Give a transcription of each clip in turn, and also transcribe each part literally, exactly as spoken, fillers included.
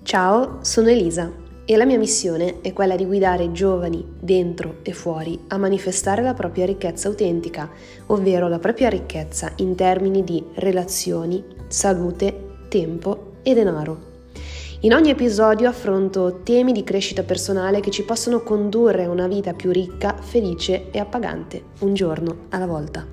Ciao, sono Elisa e la mia missione è quella di guidare i giovani dentro e fuori a manifestare la propria ricchezza autentica, ovvero la propria ricchezza in termini di relazioni, salute, tempo e denaro. In ogni episodio affronto temi di crescita personale che ci possono condurre a una vita più ricca, felice e appagante, un giorno alla volta.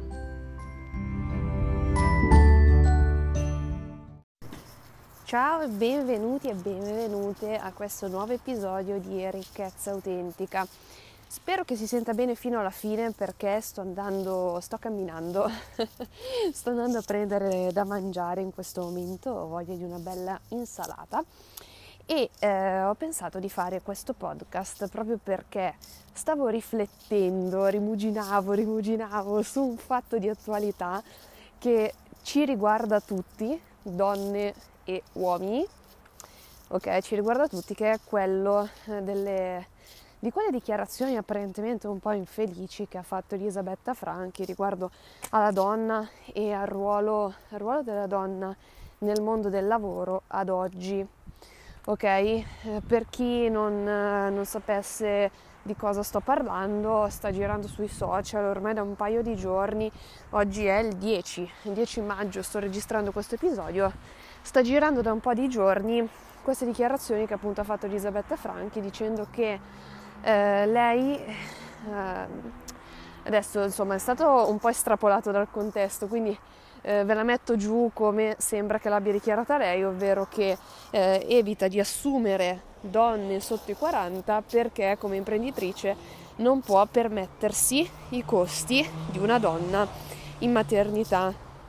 Ciao e benvenuti e benvenute a questo nuovo episodio di Ricchezza Autentica. Spero che si senta bene fino alla fine perché sto andando, sto camminando, sto andando a prendere da mangiare in questo momento, ho voglia di una bella insalata e eh, ho pensato di fare questo podcast proprio perché stavo riflettendo, rimuginavo, rimuginavo su un fatto di attualità che ci riguarda tutti, donne e uomini, ok, ci riguarda tutti, che è quello delle, di quelle dichiarazioni apparentemente un po' infelici che ha fatto Elisabetta Franchi riguardo alla donna e al ruolo, al ruolo della donna nel mondo del lavoro ad oggi, ok? Eh, per chi non, eh, non sapesse di cosa sto parlando, sta girando sui social ormai da un paio di giorni, oggi è il dieci, il dieci maggio, sto registrando questo episodio. Sta girando da un po' di giorni queste dichiarazioni che appunto ha fatto Elisabetta Franchi dicendo che eh, lei, eh, adesso insomma è stato un po' estrapolato dal contesto, quindi eh, ve la metto giù come sembra che l'abbia dichiarata lei, ovvero che eh, evita di assumere donne sotto i quaranta perché come imprenditrice non può permettersi i costi di una donna in maternità.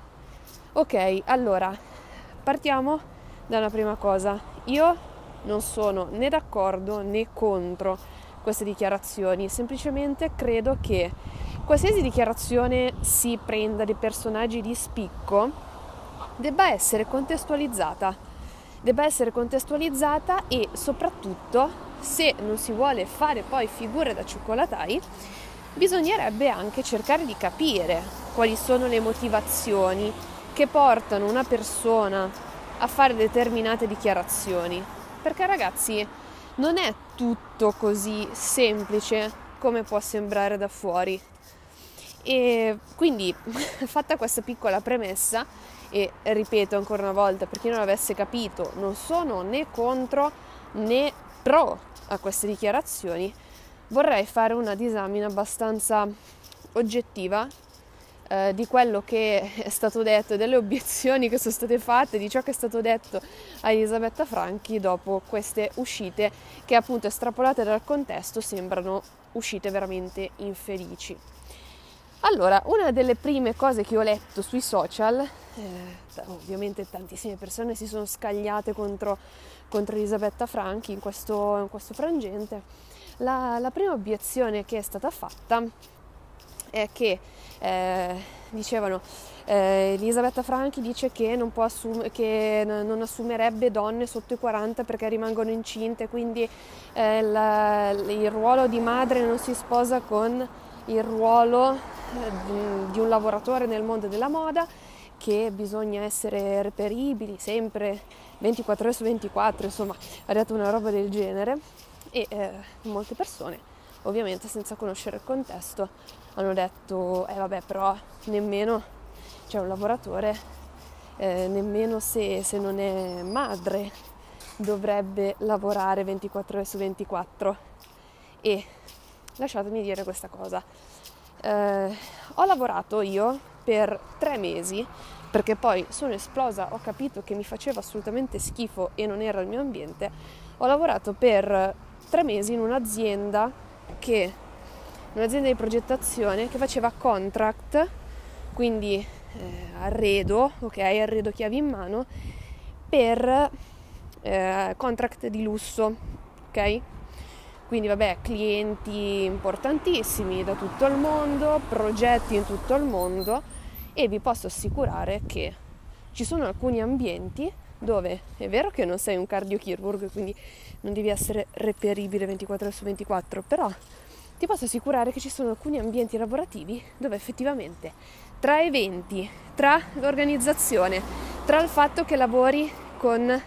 Ok, allora partiamo da una prima cosa. Io non sono né d'accordo né contro queste dichiarazioni, semplicemente credo che qualsiasi dichiarazione si prenda dei personaggi di spicco debba essere contestualizzata, debba essere contestualizzata e soprattutto, se non si vuole fare poi figure da cioccolatai, bisognerebbe anche cercare di capire quali sono le motivazioni che portano una persona a fare determinate dichiarazioni, perché ragazzi non è tutto così semplice come può sembrare da fuori. E quindi fatta questa piccola premessa, e ripeto ancora una volta per chi non avesse capito, non sono né contro né pro a queste dichiarazioni, vorrei fare una disamina abbastanza oggettiva Eh, di quello che è stato detto, delle obiezioni che sono state fatte, di ciò che è stato detto a Elisabetta Franchi dopo queste uscite che appunto estrapolate dal contesto sembrano uscite veramente infelici. Allora, una delle prime cose che ho letto sui social, eh, ovviamente tantissime persone si sono scagliate contro, contro Elisabetta Franchi in questo, in questo frangente, la, la prima obiezione che è stata fatta è che eh, dicevano eh, Elisabetta Franchi dice che non può assum- che n- non assumerebbe donne sotto i quaranta perché rimangono incinte, quindi eh, la, il ruolo di madre non si sposa con il ruolo eh, di, di un lavoratore nel mondo della moda, che bisogna essere reperibili sempre ventiquattro ore su ventiquattro, insomma ha detto una roba del genere e eh, molte persone ovviamente senza conoscere il contesto hanno detto, eh vabbè però nemmeno c'è cioè un lavoratore, eh, nemmeno se, se non è madre dovrebbe lavorare ventiquattro ore su ventiquattro. E lasciatemi dire questa cosa, eh, ho lavorato io per tre mesi perché poi sono esplosa, ho capito che mi faceva assolutamente schifo e non era il mio ambiente, ho lavorato per tre mesi in un'azienda che un'azienda di progettazione che faceva contract, quindi eh, arredo, ok, arredo chiavi in mano, per eh, contract di lusso, ok? Quindi vabbè, clienti importantissimi da tutto il mondo, progetti in tutto il mondo, e vi posso assicurare che ci sono alcuni ambienti dove è vero che non sei un cardiochirurgo, quindi non devi essere reperibile ventiquattro ore su ventiquattro, però ti posso assicurare che ci sono alcuni ambienti lavorativi dove effettivamente tra eventi, tra l'organizzazione, tra il fatto che lavori con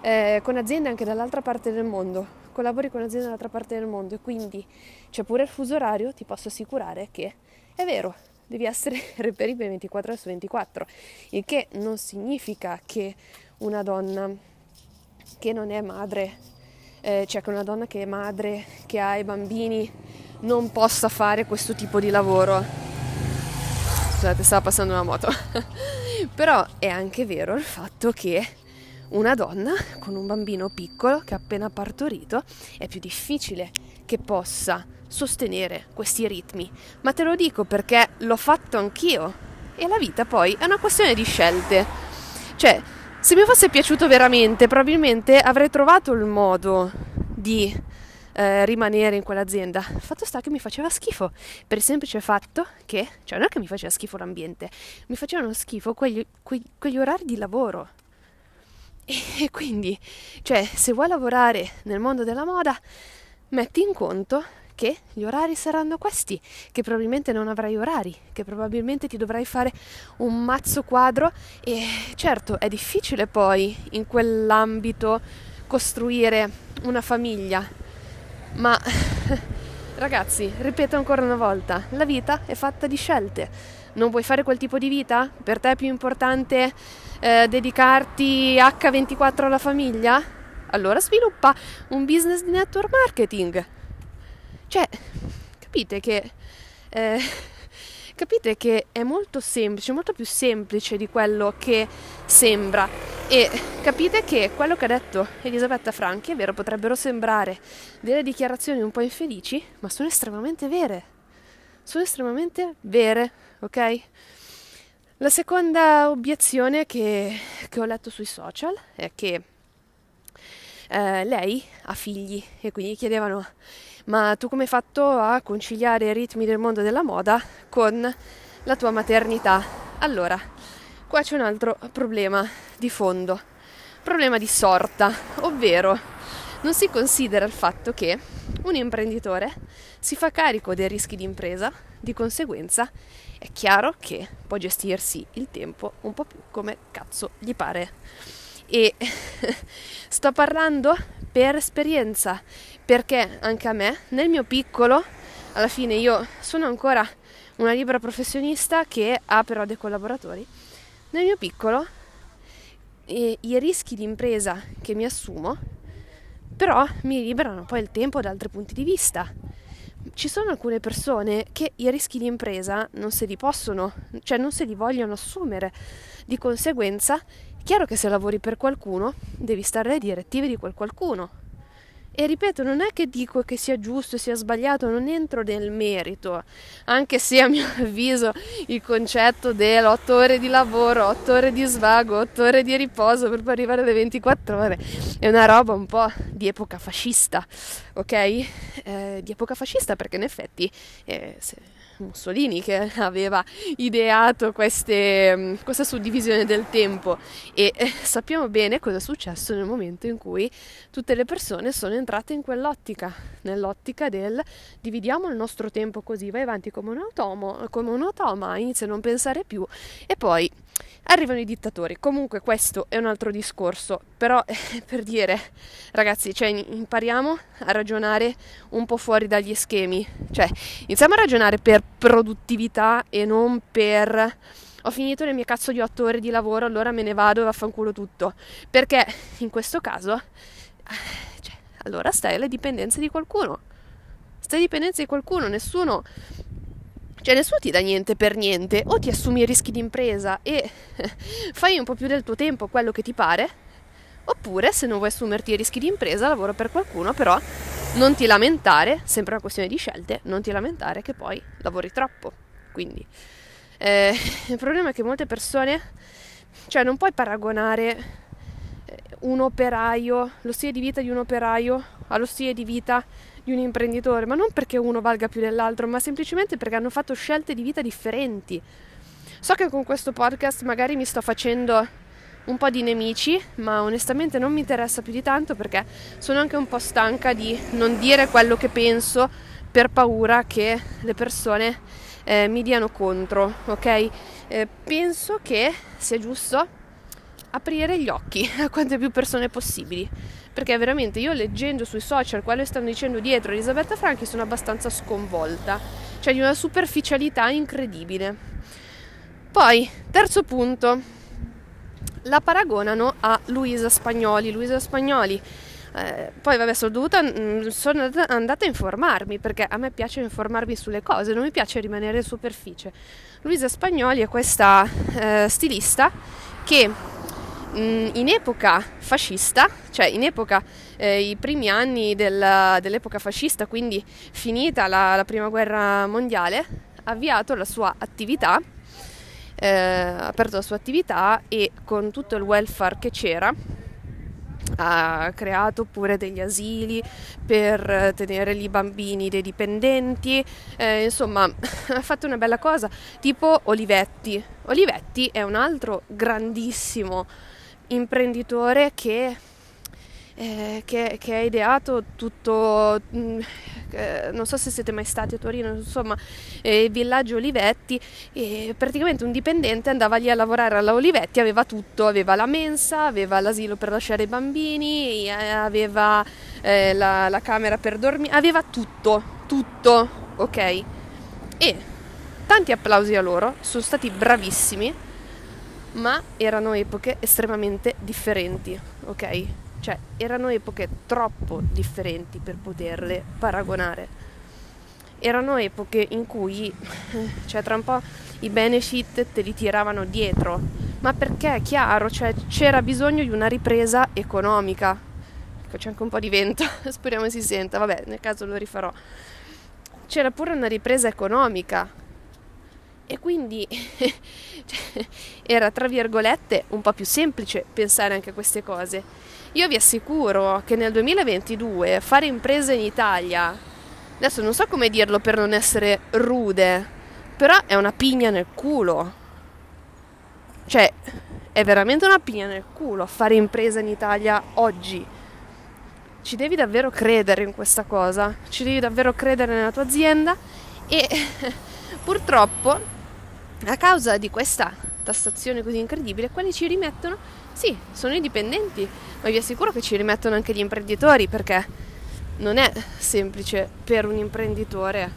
eh, con aziende anche dall'altra parte del mondo, collabori con aziende dall'altra parte del mondo e quindi c'è pure il fuso orario, ti posso assicurare che è vero, devi essere reperibile ventiquattro ore su ventiquattro, il che non significa che una donna che non è madre, eh, cioè che una donna che è madre, che ha i bambini, non possa fare questo tipo di lavoro. Scusate, stava passando una moto. Però è anche vero il fatto che una donna con un bambino piccolo che ha appena partorito è più difficile che possa sostenere questi ritmi. Ma te lo dico perché l'ho fatto anch'io e la vita poi è una questione di scelte. Cioè, se mi fosse piaciuto veramente, probabilmente avrei trovato il modo di eh, rimanere in quell'azienda. Il fatto sta che mi faceva schifo, per il semplice fatto che, cioè non è che mi faceva schifo l'ambiente, mi facevano schifo quegli, que, quegli orari di lavoro. E, e quindi, cioè, se vuoi lavorare nel mondo della moda, metti in conto che gli orari saranno questi, che probabilmente non avrai orari, che probabilmente ti dovrai fare un mazzo quadro e certo è difficile poi in quell'ambito costruire una famiglia, ma ragazzi, ripeto ancora una volta, la vita è fatta di scelte. Non vuoi fare quel tipo di vita? Per te è più importante eh, dedicarti acca ventiquattro alla famiglia? Allora sviluppa un business di network marketing. Cioè, capite che eh, capite che è molto semplice, molto più semplice di quello che sembra. E capite che quello che ha detto Elisabetta Franchi è vero, potrebbero sembrare delle dichiarazioni un po' infelici, ma sono estremamente vere. Sono estremamente vere, ok? La seconda obiezione che, che ho letto sui social è che eh, lei ha figli e quindi chiedevano: ma tu come hai fatto a conciliare i ritmi del mondo della moda con la tua maternità? Allora, qua c'è un altro problema di fondo, problema di sorta, ovvero non si considera il fatto che un imprenditore si fa carico dei rischi di impresa, di conseguenza è chiaro che può gestirsi il tempo un po' più come cazzo gli pare. E sto parlando per esperienza, perché anche a me, nel mio piccolo, alla fine io sono ancora una libera professionista che ha però dei collaboratori, nel mio piccolo e i rischi di impresa che mi assumo però mi liberano poi il tempo da altri punti di vista. Ci sono alcune persone che i rischi di impresa non se li possono, cioè non se li vogliono assumere, di conseguenza è chiaro che se lavori per qualcuno devi stare alle direttive di quel qualcuno. E ripeto, non è che dico che sia giusto e sia sbagliato, non entro nel merito, anche se a mio avviso il concetto dell'otto ore di lavoro, otto ore di svago, otto ore di riposo per poi arrivare alle ventiquattro ore è una roba un po' di epoca fascista, ok? Eh, di epoca fascista perché in effetti eh, se Mussolini che aveva ideato queste, questa suddivisione del tempo e eh, sappiamo bene cosa è successo nel momento in cui tutte le persone sono entrate in quell'ottica, nell'ottica del dividiamo il nostro tempo così, vai avanti come un automa, come un automa, inizia a non pensare più e poi arrivano i dittatori. Comunque questo è un altro discorso, però eh, per dire ragazzi, cioè impariamo a ragionare un po' fuori dagli schemi, cioè iniziamo a ragionare per produttività e non per ho finito le mie cazzo di otto ore di lavoro, allora me ne vado e vaffanculo tutto, perché in questo caso cioè, allora stai alle dipendenze di qualcuno, stai alle dipendenze di qualcuno, nessuno Cioè nessuno ti dà niente per niente, o ti assumi i rischi di impresa e fai un po' più del tuo tempo quello che ti pare, oppure se non vuoi assumerti i rischi di impresa lavoro per qualcuno, però non ti lamentare, sempre una questione di scelte, non ti lamentare che poi lavori troppo. Quindi eh, il problema è che molte persone, cioè non puoi paragonare un operaio, lo stile di vita di un operaio allo stile di vita di un imprenditore, ma non perché uno valga più dell'altro, ma semplicemente perché hanno fatto scelte di vita differenti. So che con questo podcast magari mi sto facendo un po' di nemici, ma onestamente non mi interessa più di tanto perché sono anche un po' stanca di non dire quello che penso per paura che le persone eh, mi diano contro, ok? Eh, penso che sia giusto aprire gli occhi a quante più persone possibili, perché veramente io leggendo sui social quale stanno dicendo dietro Elisabetta Franchi sono abbastanza sconvolta, cioè di una superficialità incredibile. Poi, terzo punto, la paragonano a Luisa Spagnoli. Luisa Spagnoli, eh, poi vabbè sono dovuta, mh, sono andata a informarmi, perché a me piace informarmi sulle cose, non mi piace rimanere in superficie. Luisa Spagnoli è questa eh, stilista che mh, in epoca fascista, cioè in epoca, eh, i primi anni del, dell'epoca fascista, quindi finita la, la prima guerra mondiale, ha avviato la sua attività, eh, ha aperto la sua attività e con tutto il welfare che c'era ha creato pure degli asili per tenere lì i bambini dei dipendenti, eh, insomma ha fatto una bella cosa, tipo Olivetti. Olivetti è un altro grandissimo imprenditore che, eh, che, che ha ideato tutto, mh, eh, non so se siete mai stati a Torino, insomma, eh, il villaggio Olivetti, e praticamente un dipendente andava lì a lavorare alla Olivetti, aveva tutto, aveva la mensa, aveva l'asilo per lasciare i bambini, eh, aveva eh, la, la camera per dormire, aveva tutto, tutto, ok? E tanti applausi a loro, sono stati bravissimi, ma erano epoche estremamente differenti, ok? Cioè, erano epoche troppo differenti per poterle paragonare. Erano epoche in cui, cioè, tra un po' i benefit te li tiravano dietro, ma perché è chiaro, cioè, c'era bisogno di una ripresa economica. Ecco, c'è anche un po' di vento, speriamo si senta, vabbè, nel caso lo rifarò. C'era pure una ripresa economica e quindi cioè, era, tra virgolette, un po' più semplice pensare anche a queste cose. Io vi assicuro che nel duemilaventidue fare impresa in Italia, adesso non so come dirlo per non essere rude, però è una pigna nel culo. Cioè, è veramente una pigna nel culo fare impresa in Italia oggi. Ci devi davvero credere in questa cosa, ci devi davvero credere nella tua azienda e purtroppo a causa di questa tassazione così incredibile, quelli ci rimettono, sì, sono i dipendenti, ma vi assicuro che ci rimettono anche gli imprenditori, perché non è semplice per un imprenditore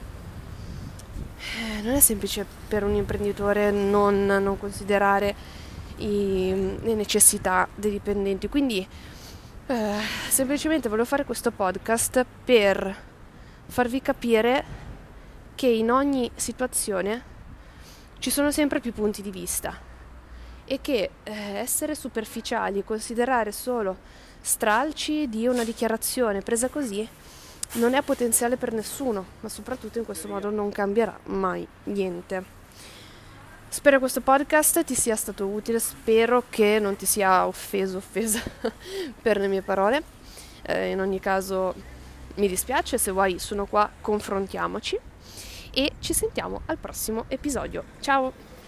eh, non è semplice per un imprenditore non, non considerare i, le necessità dei dipendenti. Quindi eh, semplicemente volevo fare questo podcast per farvi capire che in ogni situazione ci sono sempre più punti di vista e che eh, essere superficiali e considerare solo stralci di una dichiarazione presa così non è potenziale per nessuno, ma soprattutto in questo modo non cambierà mai niente. Spero questo podcast ti sia stato utile, spero che non ti sia offeso, offesa per le mie parole. Eh, in ogni caso mi dispiace, se vuoi sono qua, confrontiamoci e ci sentiamo al prossimo episodio. Ciao!